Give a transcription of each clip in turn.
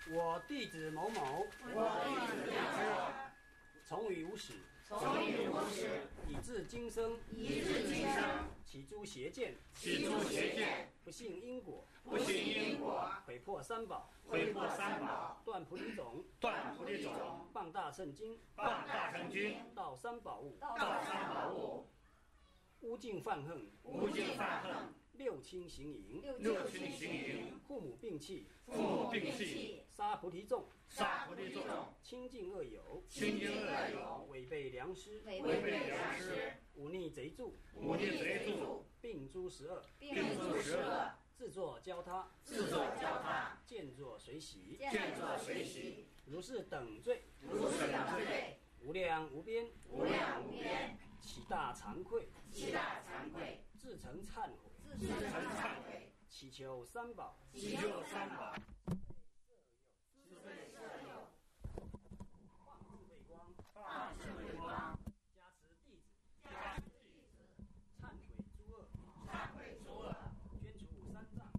我弟子某某，从于无始，以至今生，起诸邪见，不信因果，毁破三宝，断菩提种，谤大圣经，道三宝物，污尽犯恨，六亲行淫，父母病弃，杀菩提众，亲近恶友，违背良师，忤逆贼助，并诸十恶，自作教他，见作随喜，如是等罪，无量无边，其大惭愧，自诚忏悔，祈求三宝，放智慧光，加持弟子，忏悔诸恶，捐除三障，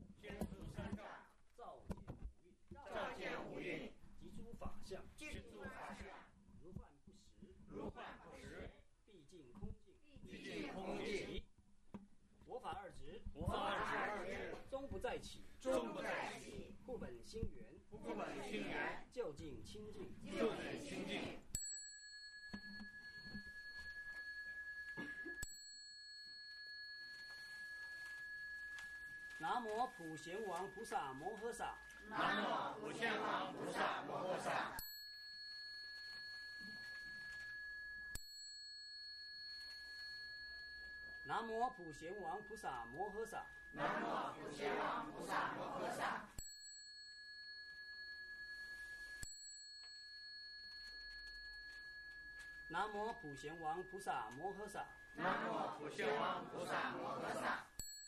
照见五蕴，及诸法相，如幻不实，毕竟空寂，我法二执，终不再起，故本心源，究竟清净。南无普贤王菩萨摩诃萨。 南无普贤王菩萨摩诃萨。 南无普贤王菩萨摩诃萨。 南无普贤王菩萨摩诃萨。 南无普贤王菩萨摩诃萨。 南无普贤王菩萨摩诃萨。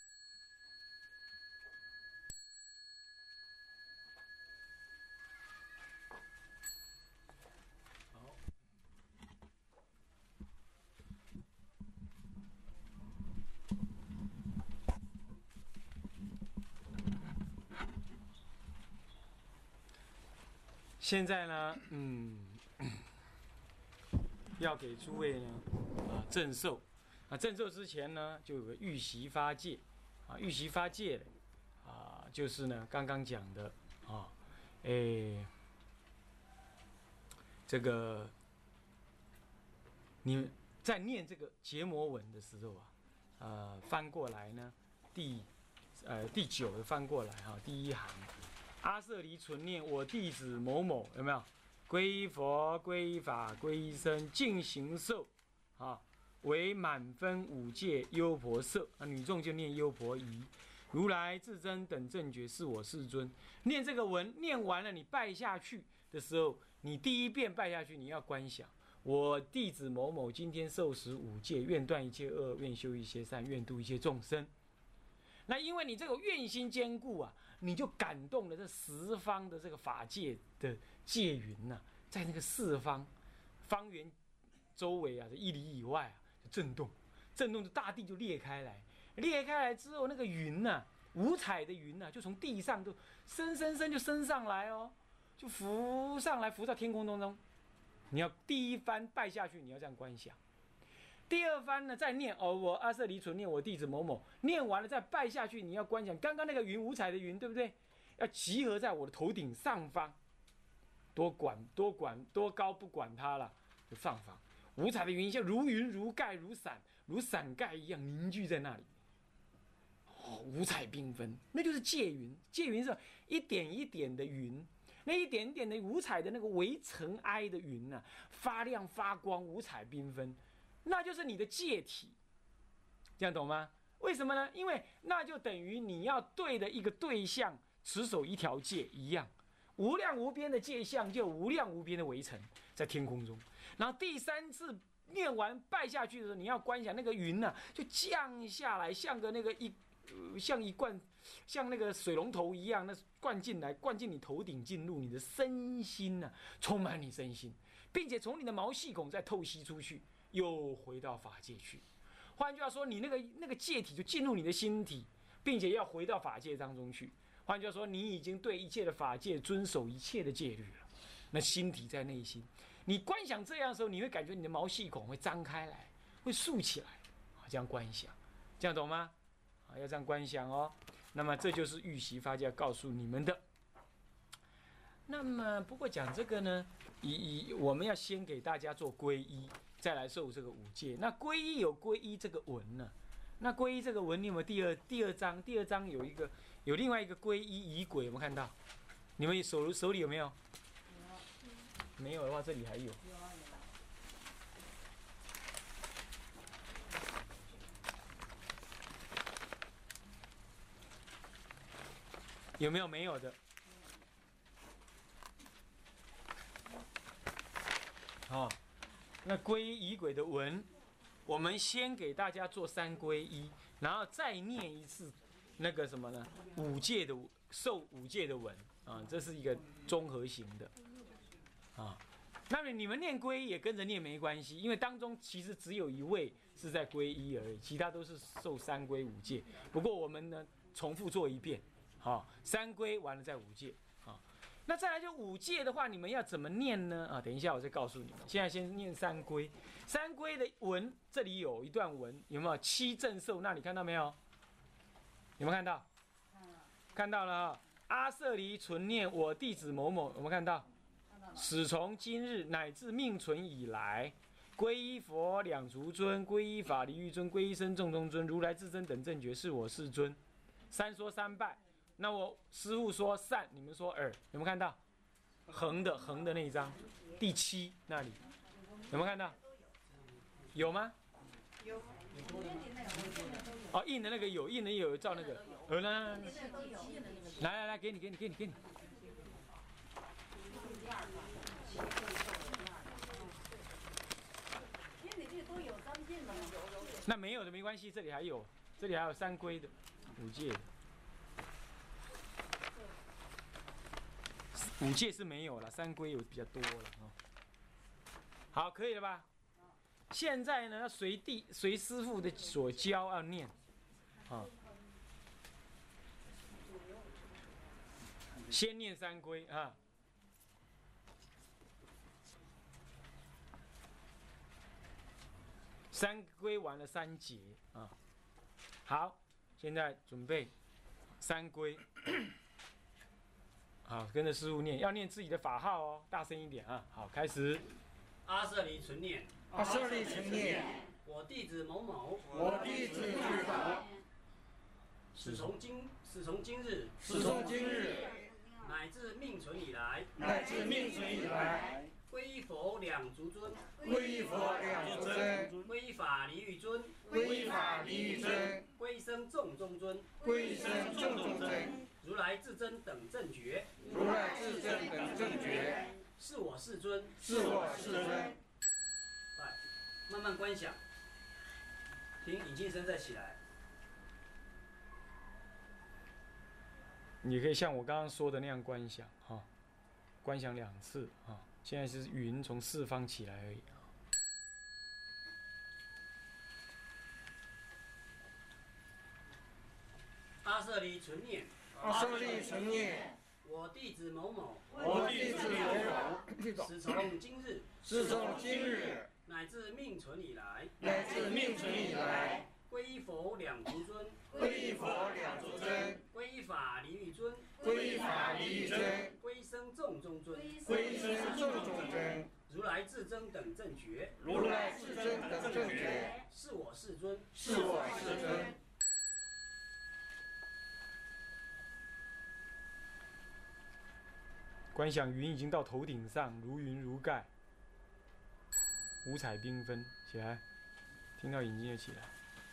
现在呢，要给诸位呢，赠寿。赠寿之前呢，就有个预习发戒，预习发戒的，就是呢刚刚讲的这个你在念这个结魔文的时候翻过来呢，第9的翻过来第一行。阿舍离存念我弟子某某，有没有？归佛归法归僧净行受为满分5戒优婆塞。女众就念优婆夷。如来至真等正觉是我世尊。念这个文，念完了你拜下去的时候，你第一遍拜下去，你要观想我弟子某某今天受持5戒，愿断一切恶，愿修一切善，愿度一切众生。那因为你这个愿心坚固你就感动了这10方的这个法界的界云在那个4方方圆周围这1里以外就震动，就大地就裂开来之后，那个云五彩的云就从地上就升就升上来就浮上来，浮到天空当中。你要第一番拜下去，你要这样观想。第二番呢，再念我阿舍离存念我弟子某某，念完了再拜下去，你要观想刚刚那个云，五彩的云，对不对？要集合在我的头顶上方，多高不管它了，就上方五彩的云像如云如盖如伞盖一样凝聚在那里，五彩缤纷，那就是界云。界云是一点一点的云，那一点点的五彩的那个微尘埃的云发亮发光，五彩缤纷。那就是你的戒体，这样懂吗？为什么呢？因为那就等于你要对的一个对象持守一条戒一样，无量无边的界相就有无量无边的围城在天空中。然后第3次念完拜下去的时候，你要观想那个云就降下来，像个那个像那个水龙头一样，那灌进你头顶，进入你的身心充满你身心，并且从你的毛细孔再透析出去。又回到法界去，换句话说，你那个戒体就进入你的心体，并且要回到法界当中去。 换句话说，你已经对一切的法界遵守一切的戒律了。那心体在内心，你观想这样的时候，你会感觉你的毛细孔会张开来，会竖起来，这样观想，这样懂吗？要这样观想哦。那么这就是玉习法界要告诉你们的。那么不过讲这个呢，我们要先给大家做皈依，再来受这个五戒。那皈依有皈依这个文呢？那皈依这个文，你有没有第二章？第二章有另外一个皈依仪轨，有没有看到？你们手里有没有？没有的话，这里还有。有没有没有的？哦，那皈依仪轨的文，我们先给大家做三皈依，然后再念一次那个什么呢？受五戒的文啊，这是一个综合型的啊。那么你们念皈依也跟着念没关系，因为当中其实只有一位是在皈依而已，其他都是受三皈五戒。不过我们呢，重复做一遍，好，三皈完了再五戒。那再来就五戒的话，你们要怎么念呢？啊，等一下我再告诉你们。现在先念三皈，三皈的文这里有一段文，有没有？七正受那里看到没有？有没有看到？看到了啊！阿舍离存念我弟子某某，有没有看到？始从今日乃至命存以来，皈依佛两足尊，皈依法离欲尊，皈依僧众中尊，如来至真等正觉，是我世尊。三说三拜。那我师父说善，你们说耳，有没有看到？横的那一张，第7那里有没有看到？有吗？有。哦，印的那个有，印的也有照那个。来，给你。那没有的没关系，这里还有三皈的，五戒的。五戒是没有了，三皈有比较多了啊。好，可以了吧？现在呢，要随师父的所教要念，啊，先念三皈啊。三皈完了三节啊。好，现在准备三皈。好，跟着师父念，要念自己的法号哦，大声一点啊！好，开始。 阿舍离存念， 阿舍离存念， 我弟子某某， 我弟子某某， 始从今日，乃至命存以来，皈依佛两足尊， 皈依佛两足尊， 皈依法离欲尊， 皈依法离欲尊， 皈依僧众中尊， 皈依僧众中尊， 如来至真等正觉， 如来至真等正觉， 是我世尊， 是我世尊。 来，慢慢观想，听引进声再起来。 你可以像我刚刚说的那样观想哈，观想2次啊。现在是云从四方起来而已。 阿舍离存念， 阿舍离存念， 我弟子某某， 我弟子某某， 始从今日，乃至命存以来，皈依佛两足尊， 皈依佛两足尊， 皈依法离欲尊， 皈依法离欲尊， 皈依僧众中尊， 皈依僧众中尊， 如来至真等正觉， 如来至真等正觉， 是我世尊， 是我世尊。 观想云已经到头顶上，如云如盖，五彩缤纷。起来，听到引经就起来。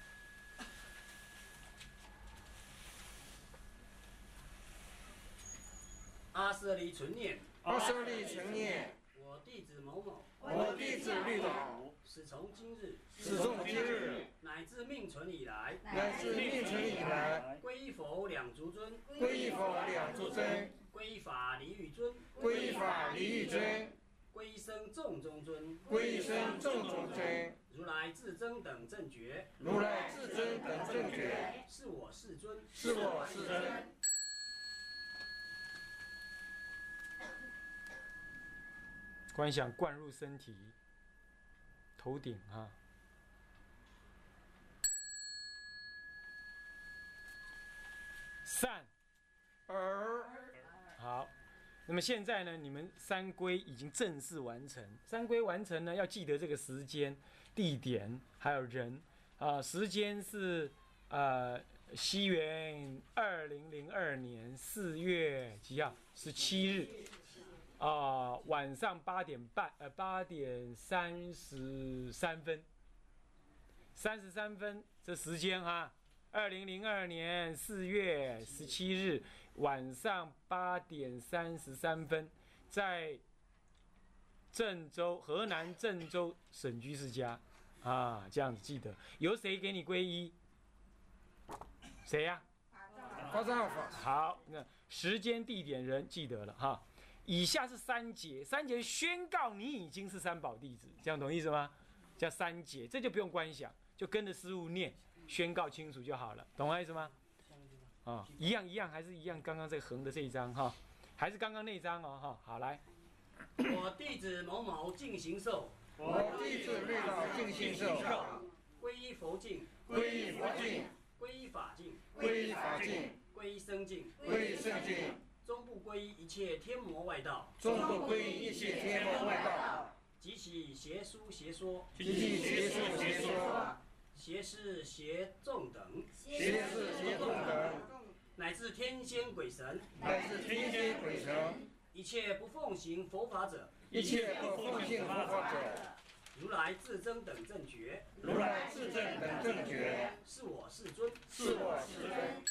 阿舍离存念， 阿舍离存念， 我弟子某某， 我弟子绿某， 始从今日，乃至命存以来， 皈依佛两足尊， 皈依佛两足尊， 皈依法离欲尊， 皈依法离欲尊， 皈依僧众中尊， 皈依僧众中尊， 如来至真等正觉， 如来至真等正觉， 是我世尊， 是我世尊。 观想灌入身体，头顶啊。善耳。 好，那么现在呢，你们三归已经正式完成。三归完成呢，要记得这个时间、地点还有人啊。时间是西元2002年4月几号？17日晚上8点33分，33分这时间哈。2002年4月17日晚上8点33分，在郑州，河南郑州沈居士家啊，这样子记得。由谁给你皈依？谁呀？ 法藏法。 好，那时间、地点、人记得了哈。以下是三节，三节宣告你已经是三宝弟子，这样懂意思吗？叫三节，这就不用观想，就跟着师父念。宣告清楚就好了，懂我意思吗？一样，还是一样，刚刚这个横的这一张哈，还是刚刚那一张哦哈。好，来， 我弟子某某净行受， 我弟子绿老净行受， 皈依佛境， 皈依佛境， 皈依法境， 皈依法境， 皈依僧境， 皈依圣境， 终不皈依一切天魔外道， 终不皈依一切天魔外道， 及其邪书邪说， 及其邪术邪说， 邪师邪众等， 邪事邪众等， 乃至天仙鬼神， 乃至天仙鬼神， 一切不奉行佛法者， 一切不奉行佛法者， 如来自增等正觉， 如来自证等正觉， 是我世尊， 是我世尊。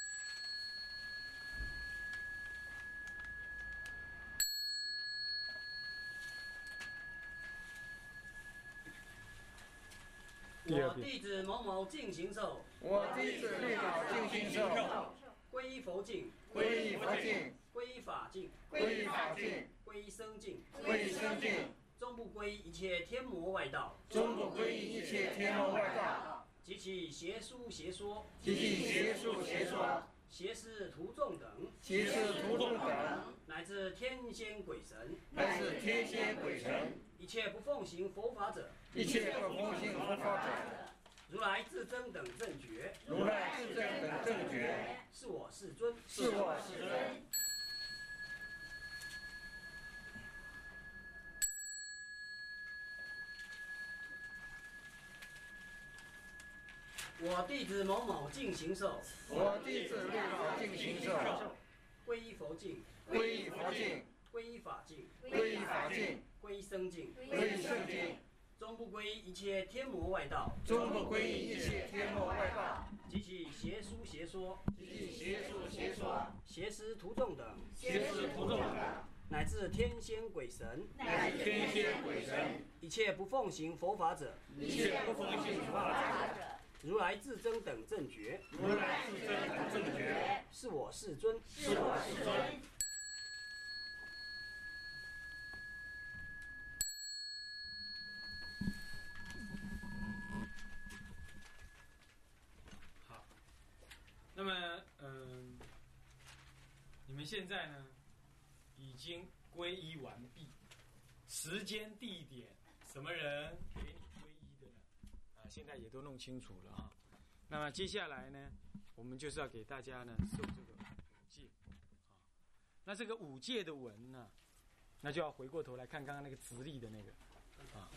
我弟子某某净行受， 我弟子绿老净行受， 皈依佛境， 皈依佛境， 皈依法境， 皈依法境， 皈依僧境， 皈依僧境， 终不皈依一切天魔外道， 终不皈依一切天魔外道， 及其邪书邪说， 及其邪术邪说， 邪师徒众等， 邪事徒众等， 乃至天仙鬼神， 乃至天仙鬼神， 一切不奉行佛法者， 一切不奉行佛法者， 如来自增等正觉， 如来自证等正觉， 是我世尊， 是我世尊。 我弟子某某净行受， 我弟子绿老净行受， 皈依佛境， 皈依佛境， 皈依法境， 皈依法境， 皈依僧境， 皈依圣境， 终不皈依一切天魔外道， 终不皈依一切天魔外道， 及其邪书邪说， 及其邪术邪说， 邪师徒众等， 邪事徒众等， 乃至天仙鬼神， 乃至天仙鬼神， 一切不奉行佛法者， 一切不奉行佛法者， 如来自增等正觉， 如来自证等正觉， 是我世尊， 是我世尊。 好，那么你们现在呢已经皈依完毕，时间、地点、什么人给你皈依的呢？现在也都弄清楚了啊。那么接下来呢，我们就是要给大家呢受这个五戒啊。那这个五戒的文呢，那就要回过头来看刚刚那个直立的那个啊，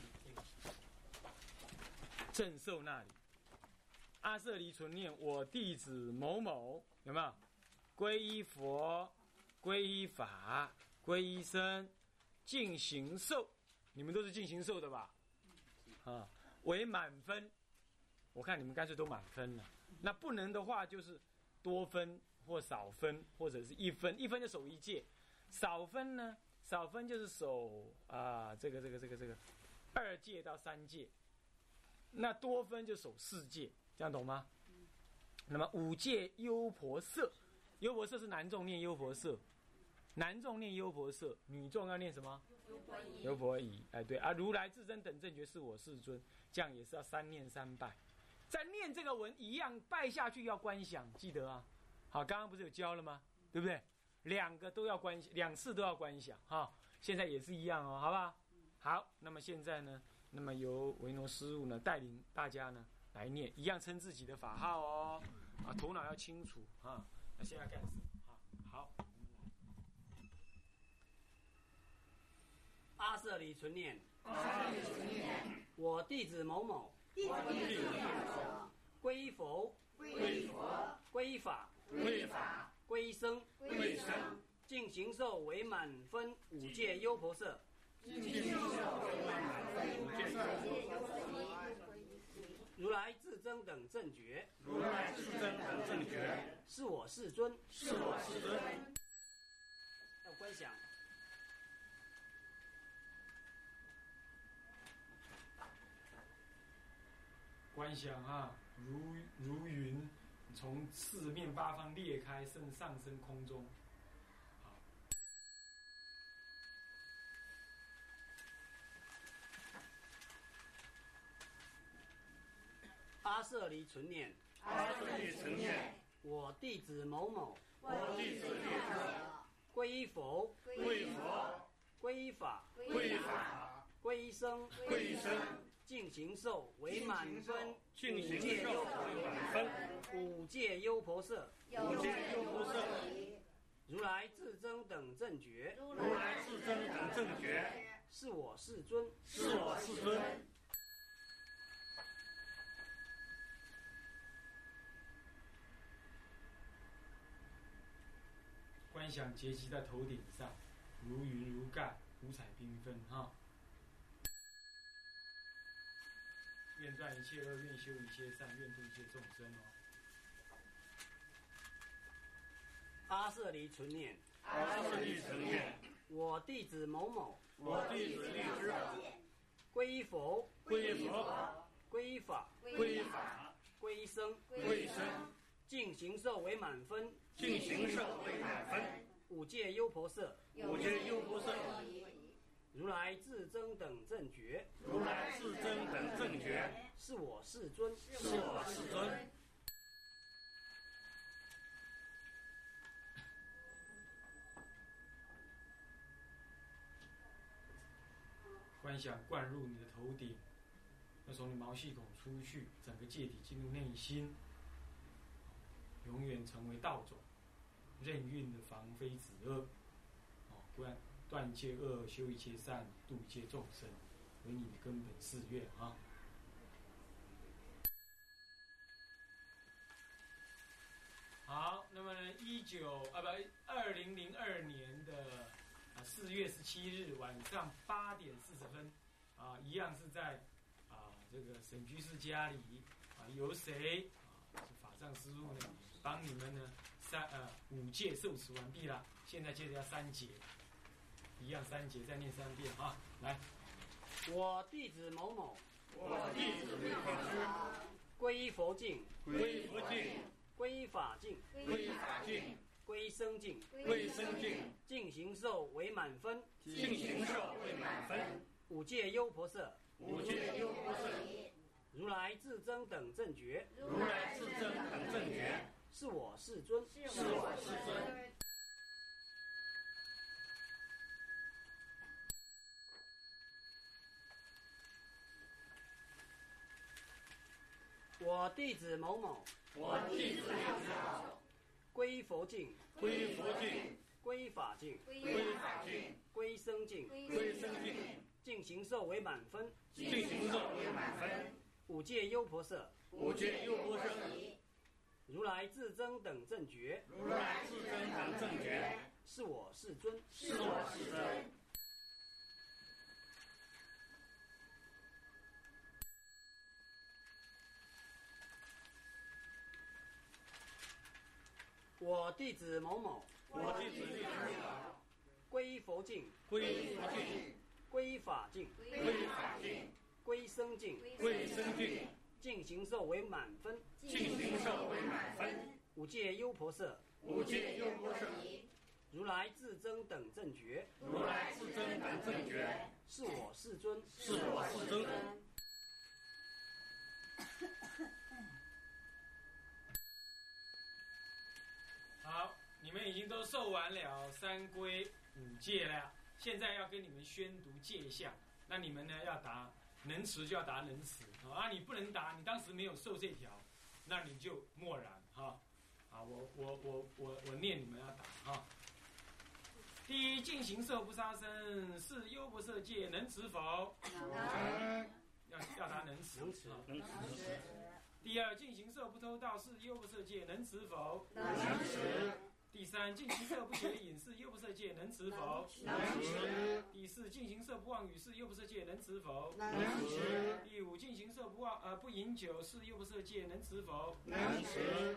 正受那里。阿舍离存念，我弟子某某有没有？皈依佛，皈依法，皈依僧，净行受，你们都是净行受的吧？啊，为满分，我看你们干脆都满分了。那不能的话，就是多分或少分，或者是一分，一分就守一戒，少分呢，少分就是守这个2戒到3戒，那多分就守4戒，这样懂吗？那么5戒优婆塞，优婆塞是男众念优婆塞，男众念优婆塞，女众要念什么？优婆夷。哎，对啊，如来自增等正觉是我世尊，这样也是要3念3拜。在念这个文一样，拜下去要观想，记得啊。好，刚刚不是有教了吗？对不对？2个都要观，2次都要观想哈。现在也是一样哦，好不好？ 好，那么现在呢，那么由维诺师傅呢带领大家呢来念，一样称自己的法号哦，啊，头脑要清楚啊。那现在开始啊，好。 阿舍离存念， 阿舍离存念， 我弟子某某， 我弟子某某， 归佛， 归佛， 归法， 归法， 归僧， 归僧， 净行受为满分五戒优婆塞， 净行受为满分五戒优婆塞， 如来自增等正觉， 如来自增等正觉， 是我世尊， 是我世尊。 要观想。 观想啊，如云从四面八方裂开，上升空中。好， 阿舍离存念， 阿舍离存念， 我弟子某某， 我弟子某归佛， 归佛， 归法， 归法， 归僧， 归僧， 净行受为满分净行受为满分五戒优婆塞， 五戒优婆塞， 如来自增等正觉， 如来自增等正觉， 是我世尊， 是我世尊。 观想结集在头顶上，如云如盖，五彩缤纷哈。愿断一切恶，愿修一切善，愿度一切众生哦。 阿舍离存念， 阿舍离存念， 我弟子某某， 我弟子立之， 归佛， 归佛， 归法， 归法， 归僧， 归僧， 净行受为满分净行受为满分五戒优婆塞， 五戒优婆塞， 如来自增等正觉， 如来自增等正觉， 是我世尊， 是我世尊。 观想灌入你的头顶，要从你毛细孔出去，整个戒体进入内心，永远成为道种，任运的防非止恶，断一切恶，修一切善，度一切众生，为你的根本誓愿啊！好，那么呢，2002年的4月17日晚上8点40分，一样是在这个沈居士家里由谁是法藏师父呢帮你们呢5戒受持完毕了，现在接着要3节，一样3节再念3遍啊！来， 我弟子某某， 我弟子立之， 归佛境， 归佛境， 归法境， 归法境， 归僧境， 归僧境， 净行受为满分净行受为满分五戒优婆塞， 五戒优婆塞， 如来自增等正觉， 如来自增等正觉， 是我世尊， 是我世尊。 我弟子某某， 我弟子立之， 归佛境， 归佛境， 归法境， 归法境， 归僧境， 归僧境， 净行受为满分净行受为满分五戒优婆塞， 五戒优婆塞， 如来自增等正觉， 如来自增等正觉， 是我世尊， 是我世尊。 我弟子某某， 我弟子立之， 归佛境， 归佛境， 归法境， 归法境， 归僧境， 归僧境， 净行受为满分净行受为满分五戒优婆塞， 五戒优婆塞， 如来自增等正觉， 如来自增等正觉， 是我世尊， 是我世尊。 好，你们已经都受完了3归5戒了，现在要跟你们宣读戒相， 那你们呢要答能持就要答能持啊，你不能答，你当时没有受这条，那你就默然哈。啊，我念你们要答哈。第一，尽形色不杀生，是优不色戒，能持否？ 能。 要答能持。 能持。 第二，尽形色不偷盗，是优不色戒，能持否？ 能持。 第三，尽形色不邪淫，是优不色戒，能持否？ 能持。 第四，尽形色不妄语，是优不色戒，能持否？ 能持。 第五，尽形色不饮酒，是优不色戒，能持否？ 能持。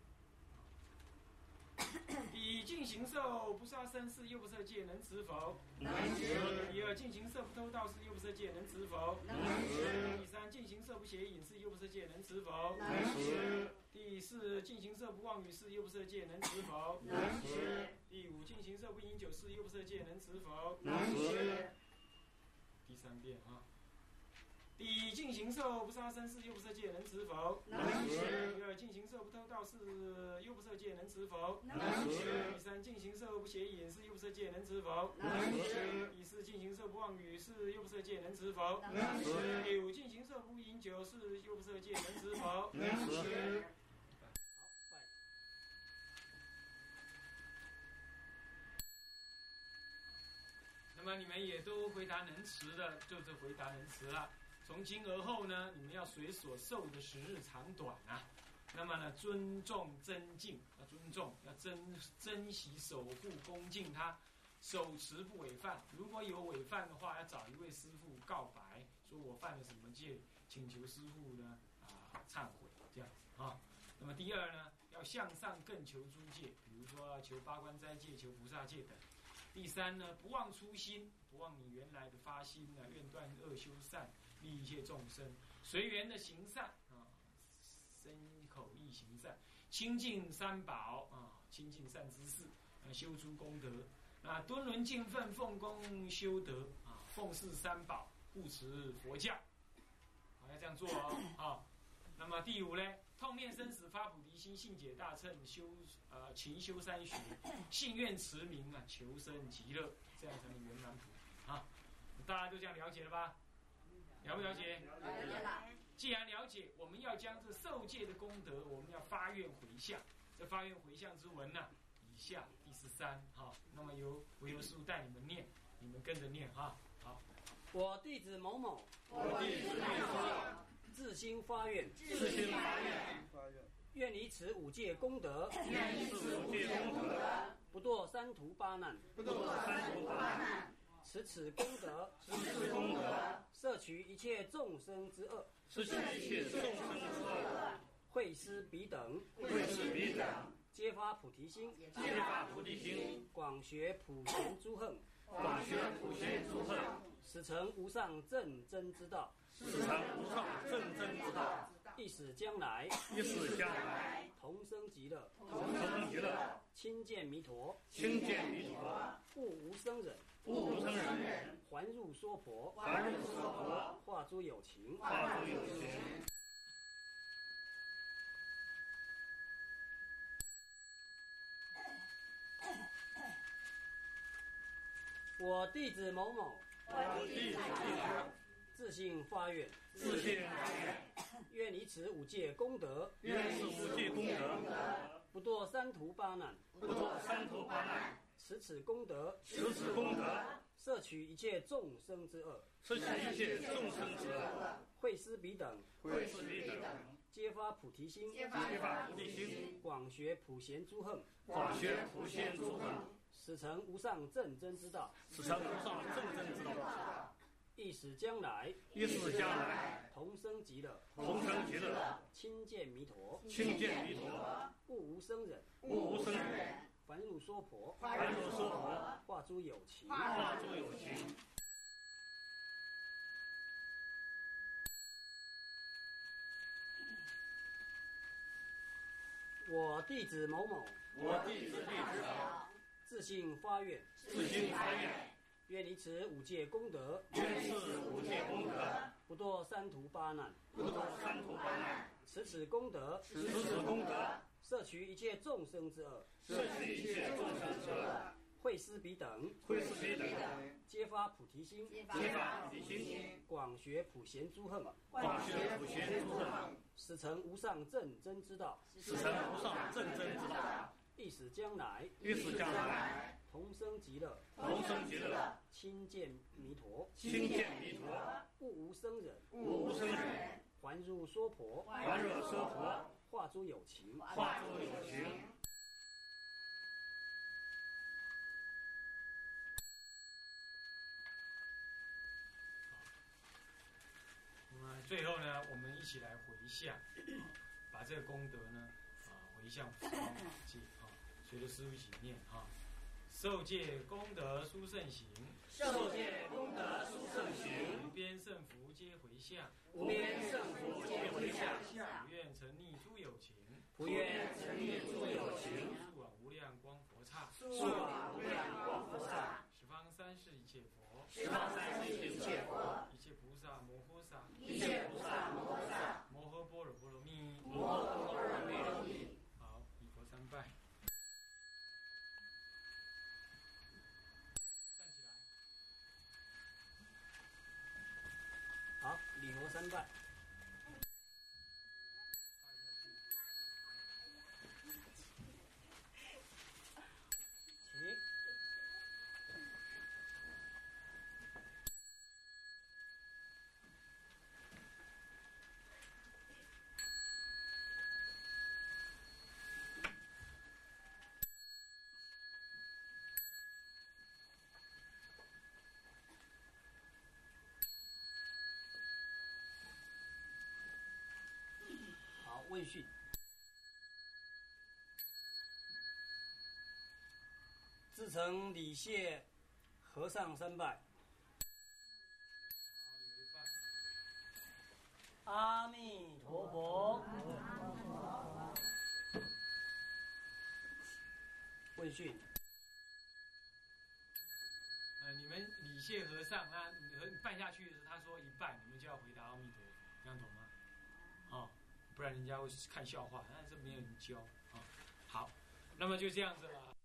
第一，尽形色不杀生，是优不色戒，能持否？ 能持。 第二，尽形色不偷盗，是优不色戒，能持否？ 能持。 第三，尽形色不邪淫，是优不色戒，能持否？ 能持。 第四，尽形色不妄语，是优不色戒，能持否？ 能持。 第五，尽形色不饮酒，是优不色戒，能持否？ 能持。 第三遍啊。第一，尽形色不杀生，是优不色戒，能持否？ 能持。 第二，尽形色不偷盗，是优不色戒，能持否？ 能持。 第三，尽形色不邪淫，是优不色戒，能持否？ 能持。 第四，尽形色不妄语，是优不色戒，能持否？ 能持。 第五，尽形色不饮酒，是优不色戒，能持否？ 能持。 那么你们也都回答能持的，就是回答能持了。从今而后呢，你们要随所受的时日长短啊。那么呢，尊重尊敬，要尊重，要珍惜、守护、恭敬他，手持不违犯。如果有违犯的话，要找一位师父告白，说我犯了什么戒，请求师父呢忏悔，这样子啊。那么第二呢，要向上更求诸戒，比如说求八关斋戒、求菩萨戒等。第三呢，不忘初心，不忘你原来的发心呢，愿断恶修善，利一切众生，随缘的行善啊，身口意行善，亲近三宝啊，亲近善知识，修诸功德，敦伦敬奋，奉公修德啊，奉事三宝，护持佛教，要这样做哦啊。那么第五呢，痛念生死发菩提心，信解大乘，勤修三学，信愿持名啊，求生极乐，这样才能圆满菩提啊。大家都这样了解了吧？了不了解？ 了解了。 既然了解，我们要将这受戒的功德，我们要发愿回向。这发愿回向之文呢，以下第13哈。那么由维游师父带你们念，你们跟着念哈。好， 我弟子某某， 我弟子某某。 自心发愿，愿以此五戒功德，不堕三途八难，持此功德，摄取一切众生之恶，会施彼等，揭发菩提心，广学普贤诸横，使成无上正真之道，一使将来，同生极乐，亲见弥陀，悟无生忍，还入娑婆，化诸有情。我弟子某某，自信发愿，愿以此五戒功德，不堕三途八难，持此功德，摄取一切众生之恶，会施彼等，揭发菩提心，广学普贤诸横，使成无上正真之道，一使将来，同生极乐，亲见弥陀，悟无生忍，还入娑婆，化诸有情。我弟子某某，自信发愿，愿以此五戒功德，不堕三途八难，持此功德，摄取一切众生之恶， 会思彼等，揭发菩提心，广学普贤诸恨，使成无上正真之道，亦使将来同生极乐，亲见弥陀，悟无生忍，还入娑婆，化诸有情， 最后呢，我们一起来回向，把这个功德呢，回向十方法界随着师父一起念受戒功德殊胜行，无边胜福皆回向，普愿成逆诸有情，速往无量光佛刹，十方三世一切佛，一切菩萨摩诃萨，摩诃般若波罗蜜，好，礼佛三拜。 好，礼佛三拜。起。问讯。自诚礼谢和尚三拜。阿弥陀佛。问讯。 你们礼谢和尚，那拜下去的时候，他说一拜，你们就要回答阿弥陀佛，这样懂吗？不然人家会看笑话，但是没有人教好，那么就这样子了。